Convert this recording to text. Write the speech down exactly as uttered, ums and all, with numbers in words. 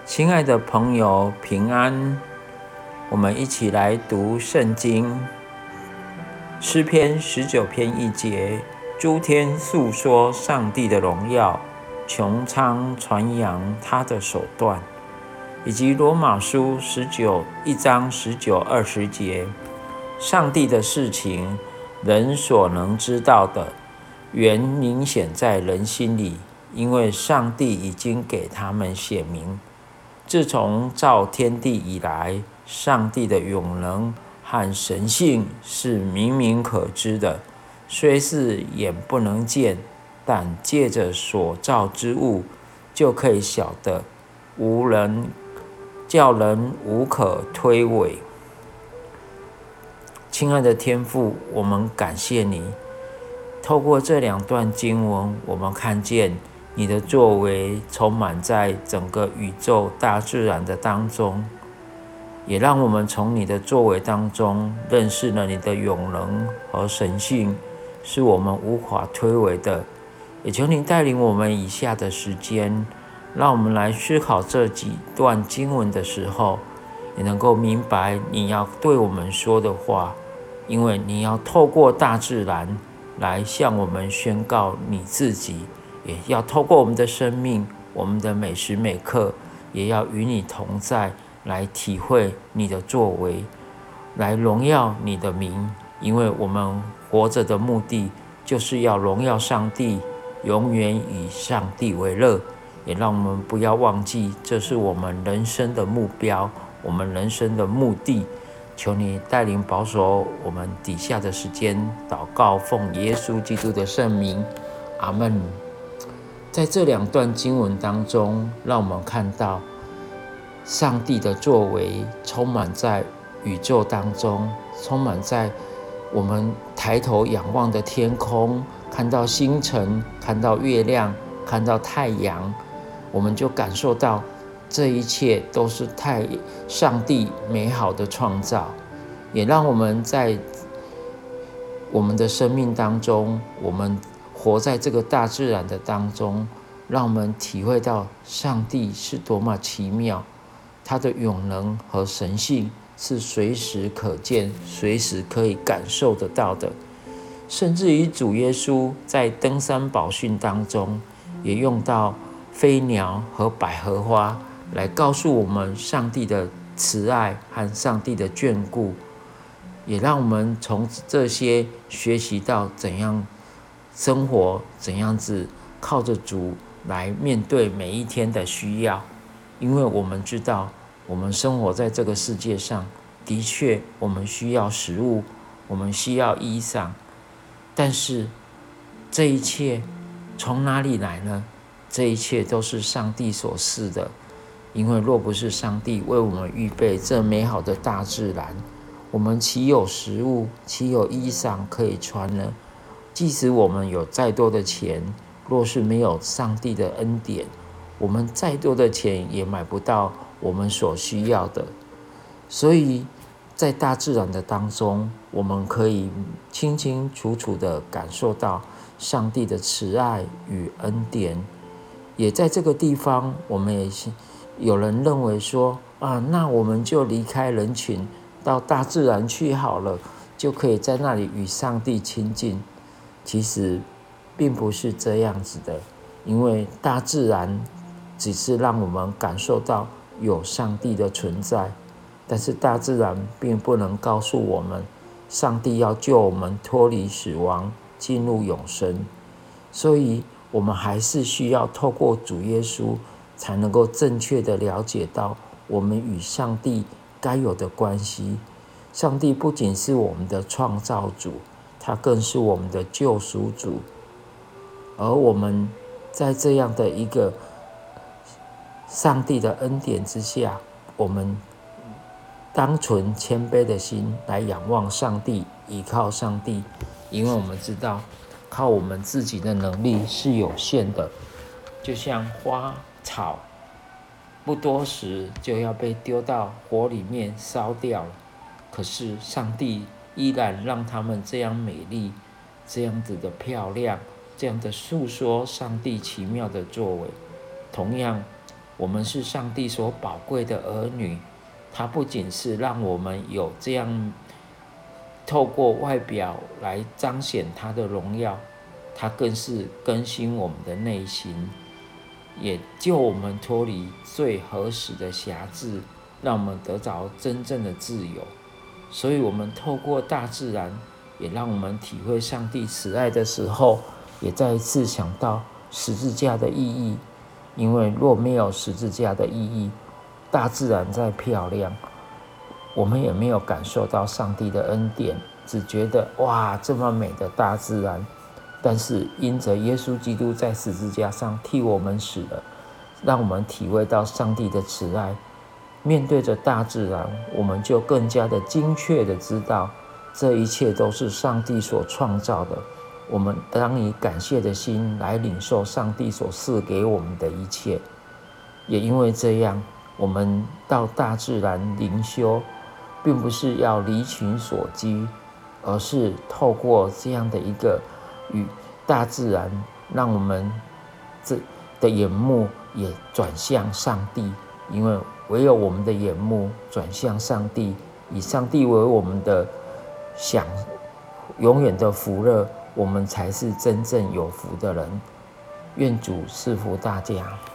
亲爱的朋友，平安！我们一起来读圣经。诗篇十九篇一节，诸天诉说上帝的荣耀，穹苍传扬他的手段。以及罗马书十九一章十九二十节，上帝的事情，人所能知道的，原明显在人心里，因为上帝已经给他们显明。自从造天地以来，上帝的永能和神性是明明可知的，虽是眼不能见，但借着所造之物，就可以晓得，无人叫人无可推诿。亲爱的天父，我们感谢你。透过这两段经文，我们看见你的作为充满在整个宇宙大自然的当中，也让我们从你的作为当中认识了你的永能和神性，是我们无法推诿的。也求你带领我们以下的时间，让我们来思考这几段经文的时候，也能够明白你要对我们说的话，因为你要透过大自然来向我们宣告你自己，也要透过我们的生命，我们的每时每刻，也要与你同在，来体会你的作为，来荣耀你的名。因为我们活着的目的，就是要荣耀上帝，永远以上帝为乐。也让我们不要忘记，这是我们人生的目标，我们人生的目的。求你带领保守我们底下的时间，祷告奉耶稣基督的圣名，阿们。在这两段经文当中，让我们看到上帝的作为充满在宇宙当中，充满在我们抬头仰望的天空，看到星辰，看到月亮，看到太阳，我们就感受到这一切都是太上帝美好的创造，也让我们在我们的生命当中，我们活在这个大自然的当中，让我们体会到上帝是多么奇妙，他的永能和神性是随时可见，随时可以感受得到的。甚至于主耶稣在登山宝训当中，也用到飞鸟和百合花来告诉我们上帝的慈爱和上帝的眷顾，也让我们从这些学习到怎样生活，怎样子靠着主来面对每一天的需要。因为我们知道，我们生活在这个世界上，的确我们需要食物，我们需要衣裳，但是这一切从哪里来呢？这一切都是上帝所赐的。因为若不是上帝为我们预备这美好的大自然，我们岂有食物，岂有衣裳可以穿呢？即使我们有再多的钱，若是没有上帝的恩典，我们再多的钱也买不到我们所需要的。所以在大自然的当中，我们可以清清楚楚地感受到上帝的慈爱与恩典。也在这个地方，我们也有人认为说啊，那我们就离开人群，到大自然去好了，就可以在那里与上帝亲近。其实并不是这样子的，因为大自然只是让我们感受到有上帝的存在，但是大自然并不能告诉我们，上帝要救我们脱离死亡，进入永生。所以我们还是需要透过主耶稣，才能够正确的了解到我们与上帝该有的关系。上帝不仅是我们的创造主，他更是我们的救赎主。而我们在这样的一个上帝的恩典之下，我们当存谦卑的心来仰望上帝，依靠上帝。因为我们知道靠我们自己的能力是有限的，就像花草不多时就要被丢到火里面烧掉了，可是上帝依然让他们这样美丽，这样子的漂亮，这样的诉说上帝奇妙的作为。同样， 我们是上帝所宝贵的儿女，他不仅是让我们有这样透过外表来彰显他的荣耀，他更是更新我们的内心，也救我们脱离最合适的辖制，让我们得着真正的自由。所以我们透过大自然，也让我们体会上帝慈爱的时候，也再一次想到十字架的意义。因为若没有十字架的意义，大自然再漂亮，我们也没有感受到上帝的恩典，只觉得哇，这么美的大自然。但是因着耶稣基督在十字架上替我们死了，让我们体会到上帝的慈爱。面对着大自然，我们就更加的精确的知道，这一切都是上帝所创造的。我们当以感谢的心来领受上帝所赐给我们的一切。也因为这样，我们到大自然灵修，并不是要离群所居，而是透过这样的一个与大自然，让我们这的眼目也转向上帝。因为唯有我们的眼目转向上帝，以上帝为我们的享永远的福乐，我们才是真正有福的人。愿主赐福大家。